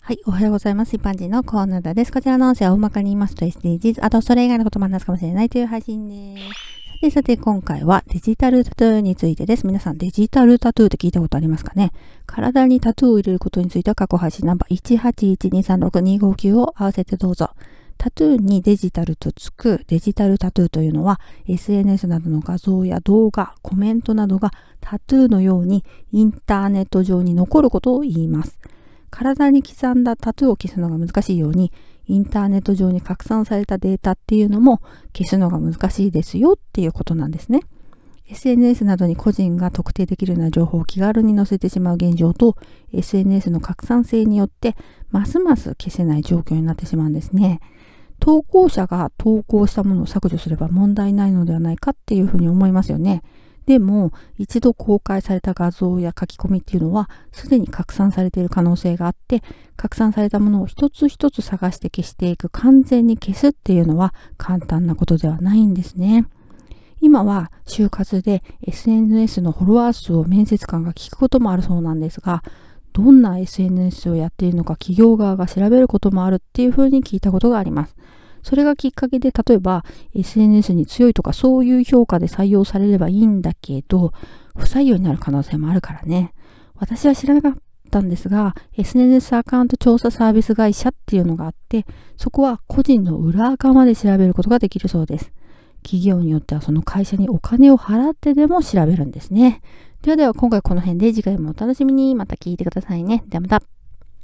はい、おはようございます。一般人のコーナーです。こちらの音声は大まかに言いますと SDGs、あとそれ以外のことも話すかもしれないという配信です。さて今回はデジタルタトゥーについてです。皆さんデジタルタトゥーって聞いたことありますかね？体にタトゥーを入れることについては過去配信ナンバー181236259を合わせてどうぞ。タトゥーにデジタルとつくデジタルタトゥーというのは SNS などの画像や動画、コメントなどがタトゥーのようにインターネット上に残ることを言います。体に刻んだタトゥーを消すのが難しいように、インターネット上に拡散されたデータっていうのも消すのが難しいですよっていうことなんですね。SNS などに個人が特定できるような情報を気軽に載せてしまう現状と、SNS の拡散性によってますます消せない状況になってしまうんですね。投稿者が投稿したものを削除すれば問題ないのではないかっていうふうに思いますよね。でも、一度公開された画像や書き込みっていうのは、すでに拡散されている可能性があって、拡散されたものを一つ一つ探して消していく、完全に消すっていうのは簡単なことではないんですね。今は就活で SNS のフォロワー数を面接官が聞くこともあるそうなんですが、どんな SNS をやっているのか企業側が調べることもあるっていうふうに聞いたことがあります。それがきっかけで、例えば SNS に強いとかそういう評価で採用されればいいんだけど、不採用になる可能性もあるからね。私は知らなかったんですが、SNS アカウント調査サービス会社っていうのがあって、そこは個人の裏側まで調べることができるそうです。企業によってはその会社にお金を払ってでも調べるんですね。では今回この辺で次回もお楽しみに。また聞いてくださいね。ではまた。